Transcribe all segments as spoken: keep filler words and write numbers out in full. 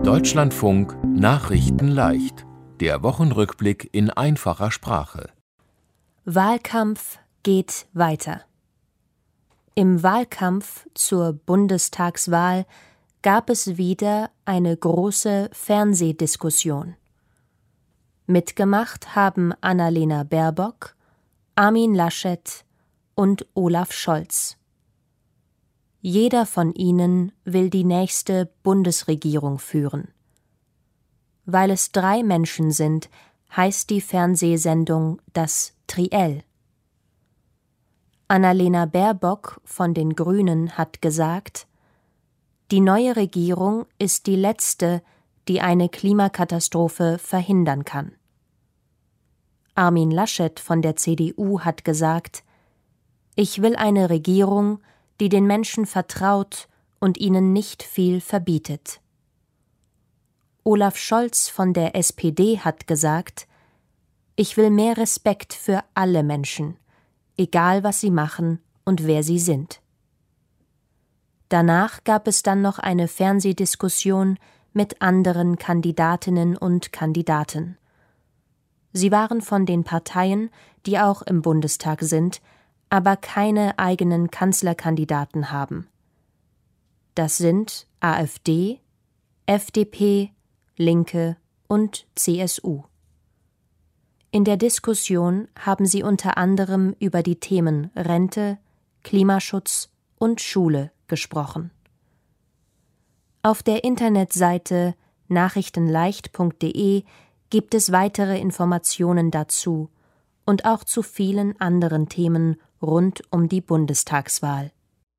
Deutschlandfunk Nachrichten leicht. Der Wochenrückblick in einfacher Sprache. Wahlkampf geht weiter. Im Wahlkampf zur Bundestagswahl gab es wieder eine große Fernsehdiskussion. Mitgemacht haben Annalena Baerbock, Armin Laschet und Olaf Scholz. Jeder von ihnen will die nächste Bundesregierung führen. Weil es drei Menschen sind, heißt die Fernsehsendung das Triell. Annalena Baerbock von den Grünen hat gesagt, die neue Regierung ist die letzte, die eine Klimakatastrophe verhindern kann. Armin Laschet von der C D U hat gesagt, ich will eine Regierung, die den Menschen vertraut und ihnen nicht viel verbietet. Olaf Scholz von der S P D hat gesagt, ich will mehr Respekt für alle Menschen, egal was sie machen und wer sie sind. Danach gab es dann noch eine Fernsehdiskussion mit anderen Kandidatinnen und Kandidaten. Sie waren von den Parteien, die auch im Bundestag sind, aber keine eigenen Kanzlerkandidaten haben. Das sind AfD, F D P, Linke und C S U. In der Diskussion haben sie unter anderem über die Themen Rente, Klimaschutz und Schule gesprochen. Auf der Internetseite nachrichtenleicht punkt de gibt es weitere Informationen dazu und auch zu vielen anderen Themen rund um die Bundestagswahl.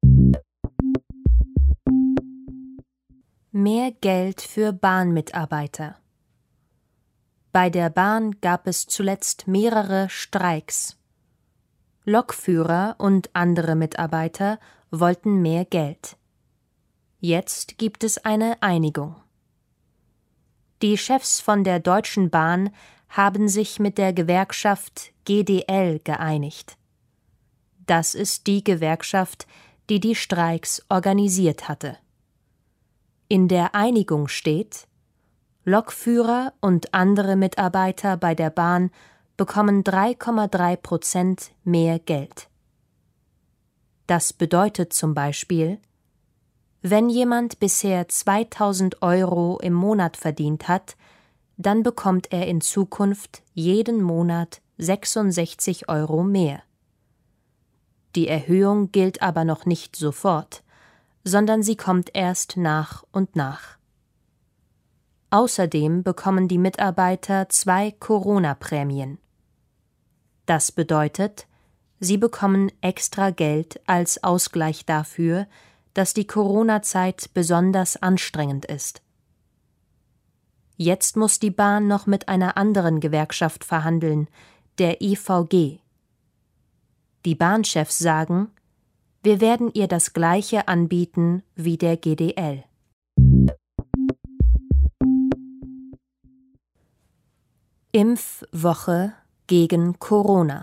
Mehr Geld für Bahnmitarbeiter. Bei der Bahn gab es zuletzt mehrere Streiks. Lokführer und andere Mitarbeiter wollten mehr Geld. Jetzt gibt es eine Einigung. Die Chefs von der Deutschen Bahn haben sich mit der Gewerkschaft G D L geeinigt. Das ist die Gewerkschaft, die die Streiks organisiert hatte. In der Einigung steht, Lokführer und andere Mitarbeiter bei der Bahn bekommen drei Komma drei Prozent mehr Geld. Das bedeutet zum Beispiel, wenn jemand bisher zweitausend Euro im Monat verdient hat, dann bekommt er in Zukunft jeden Monat sechsundsechzig Euro mehr. Die Erhöhung gilt aber noch nicht sofort, sondern sie kommt erst nach und nach. Außerdem bekommen die Mitarbeiter zwei Corona-Prämien. Das bedeutet, sie bekommen extra Geld als Ausgleich dafür, dass die Corona-Zeit besonders anstrengend ist. Jetzt muss die Bahn noch mit einer anderen Gewerkschaft verhandeln, der I V G. Die Bahnchefs sagen, wir werden ihr das Gleiche anbieten wie der G D L. Impfwoche gegen Corona.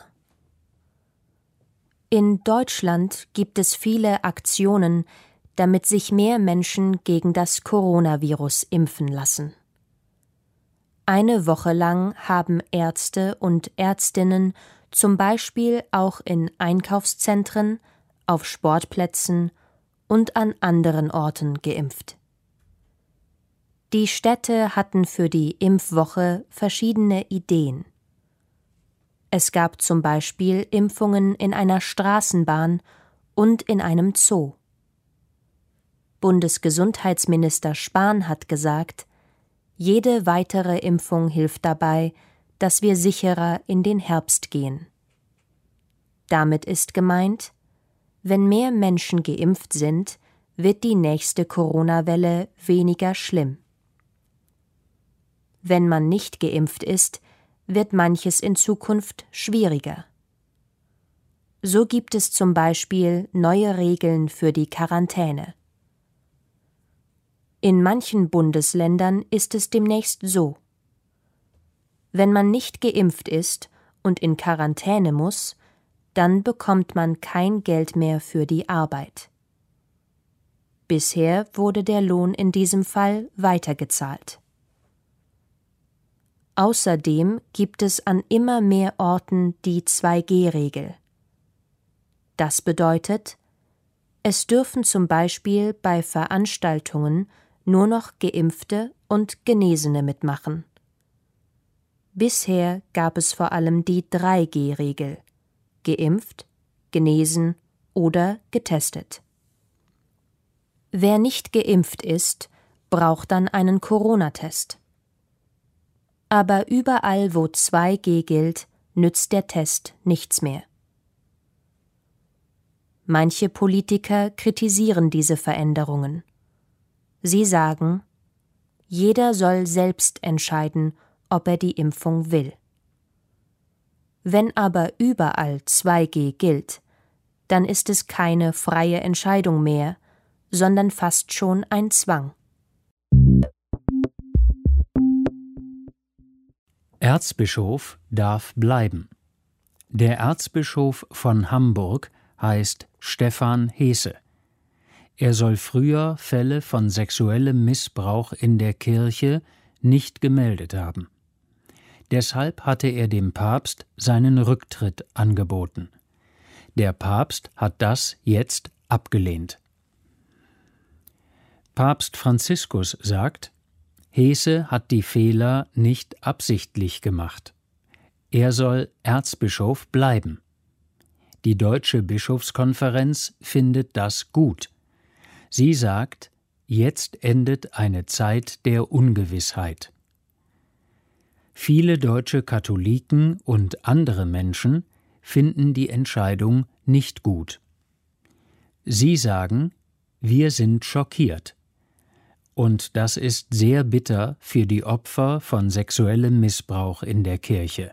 In Deutschland gibt es viele Aktionen, damit sich mehr Menschen gegen das Coronavirus impfen lassen. Eine Woche lang haben Ärzte und Ärztinnen zum Beispiel auch in Einkaufszentren, auf Sportplätzen und an anderen Orten geimpft. Die Städte hatten für die Impfwoche verschiedene Ideen. Es gab zum Beispiel Impfungen in einer Straßenbahn und in einem Zoo. Bundesgesundheitsminister Spahn hat gesagt, jede weitere Impfung hilft dabei, dass wir sicherer in den Herbst gehen. Damit ist gemeint, wenn mehr Menschen geimpft sind, wird die nächste Corona-Welle weniger schlimm. Wenn man nicht geimpft ist, wird manches in Zukunft schwieriger. So gibt es zum Beispiel neue Regeln für die Quarantäne. In manchen Bundesländern ist es demnächst so: Wenn man nicht geimpft ist und in Quarantäne muss, dann bekommt man kein Geld mehr für die Arbeit. Bisher wurde der Lohn in diesem Fall weitergezahlt. Außerdem gibt es an immer mehr Orten die zwei G Regel. Das bedeutet, es dürfen zum Beispiel bei Veranstaltungen nur noch Geimpfte und Genesene mitmachen. Bisher gab es vor allem die drei G Regel: geimpft, genesen oder getestet. Wer nicht geimpft ist, braucht dann einen Corona-Test. Aber überall, wo zwei G gilt, nützt der Test nichts mehr. Manche Politiker kritisieren diese Veränderungen. Sie sagen, jeder soll selbst entscheiden, ob er die Impfung will. Wenn aber überall zwei G gilt, dann ist es keine freie Entscheidung mehr, sondern fast schon ein Zwang. Erzbischof darf bleiben. Der Erzbischof von Hamburg heißt Stephan Hesse. Er soll früher Fälle von sexuellem Missbrauch in der Kirche nicht gemeldet haben. Deshalb hatte er dem Papst seinen Rücktritt angeboten. Der Papst hat das jetzt abgelehnt. Papst Franziskus sagt, Hesse hat die Fehler nicht absichtlich gemacht. Er soll Erzbischof bleiben. Die Deutsche Bischofskonferenz findet das gut. Sie sagt, jetzt endet eine Zeit der Ungewissheit. Viele deutsche Katholiken und andere Menschen finden die Entscheidung nicht gut. Sie sagen, wir sind schockiert. Und das ist sehr bitter für die Opfer von sexuellem Missbrauch in der Kirche.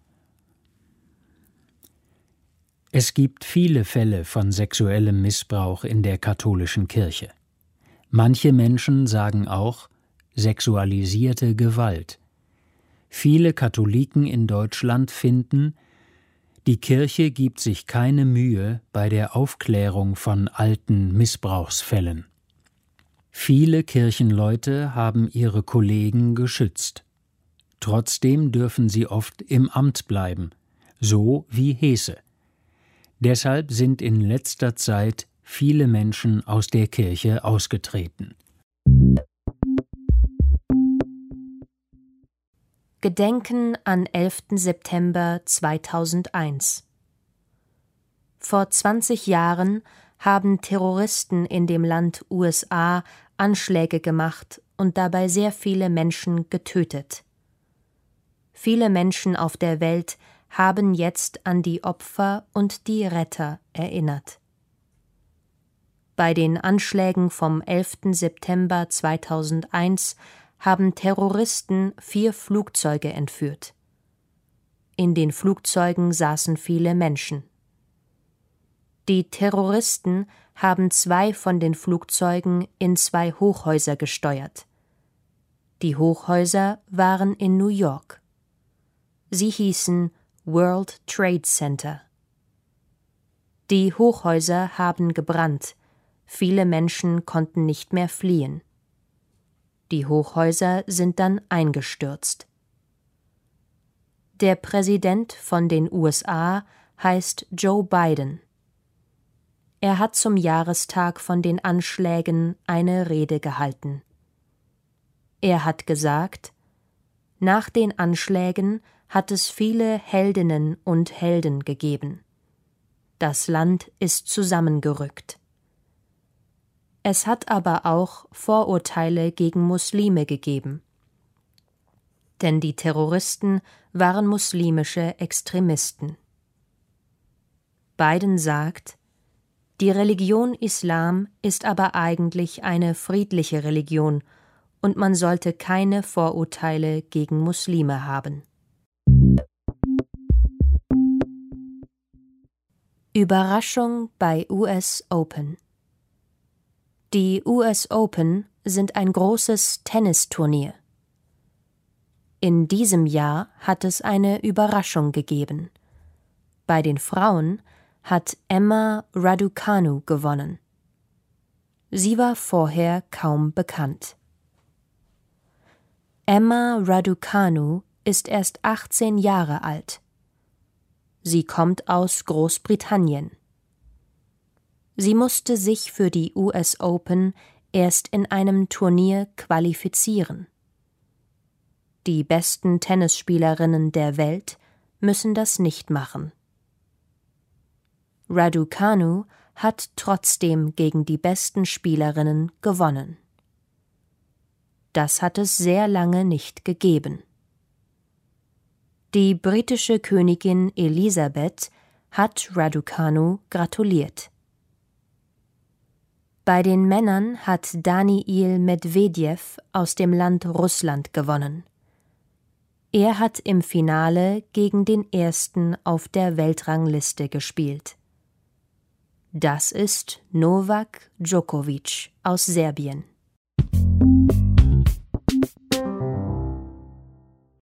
Es gibt viele Fälle von sexuellem Missbrauch in der katholischen Kirche. Manche Menschen sagen auch sexualisierte Gewalt. Viele Katholiken in Deutschland finden, die Kirche gibt sich keine Mühe bei der Aufklärung von alten Missbrauchsfällen. Viele Kirchenleute haben ihre Kollegen geschützt. Trotzdem dürfen sie oft im Amt bleiben, so wie Hesse. Deshalb sind in letzter Zeit viele Menschen aus der Kirche ausgetreten. Gedenken an elften September zweitausendeins. Vor zwanzig Jahren haben Terroristen in dem Land U S A Anschläge gemacht und dabei sehr viele Menschen getötet. Viele Menschen auf der Welt haben jetzt an die Opfer und die Retter erinnert. Bei den Anschlägen vom elften September zweitausendeins haben Terroristen vier Flugzeuge entführt. In den Flugzeugen saßen viele Menschen. Die Terroristen haben zwei von den Flugzeugen in zwei Hochhäuser gesteuert. Die Hochhäuser waren in New York. Sie hießen World Trade Center. Die Hochhäuser haben gebrannt, viele Menschen konnten nicht mehr fliehen. Die Hochhäuser sind dann eingestürzt. Der Präsident von den U S A heißt Joe Biden. Er hat zum Jahrestag von den Anschlägen eine Rede gehalten. Er hat gesagt, nach den Anschlägen hat es viele Heldinnen und Helden gegeben. Das Land ist zusammengerückt. Es hat aber auch Vorurteile gegen Muslime gegeben. Denn die Terroristen waren muslimische Extremisten. Biden sagt, die Religion Islam ist aber eigentlich eine friedliche Religion und man sollte keine Vorurteile gegen Muslime haben. Überraschung bei U S Open. Die U S Open sind ein großes Tennisturnier. In diesem Jahr hat es eine Überraschung gegeben. Bei den Frauen hat Emma Raducanu gewonnen. Sie war vorher kaum bekannt. Emma Raducanu ist erst achtzehn Jahre alt. Sie kommt aus Großbritannien. Sie musste sich für die U S Open erst in einem Turnier qualifizieren. Die besten Tennisspielerinnen der Welt müssen das nicht machen. Raducanu hat trotzdem gegen die besten Spielerinnen gewonnen. Das hat es sehr lange nicht gegeben. Die britische Königin Elisabeth hat Raducanu gratuliert. Bei den Männern hat Daniil Medwedew aus dem Land Russland gewonnen. Er hat im Finale gegen den Ersten auf der Weltrangliste gespielt. Das ist Novak Djokovic aus Serbien.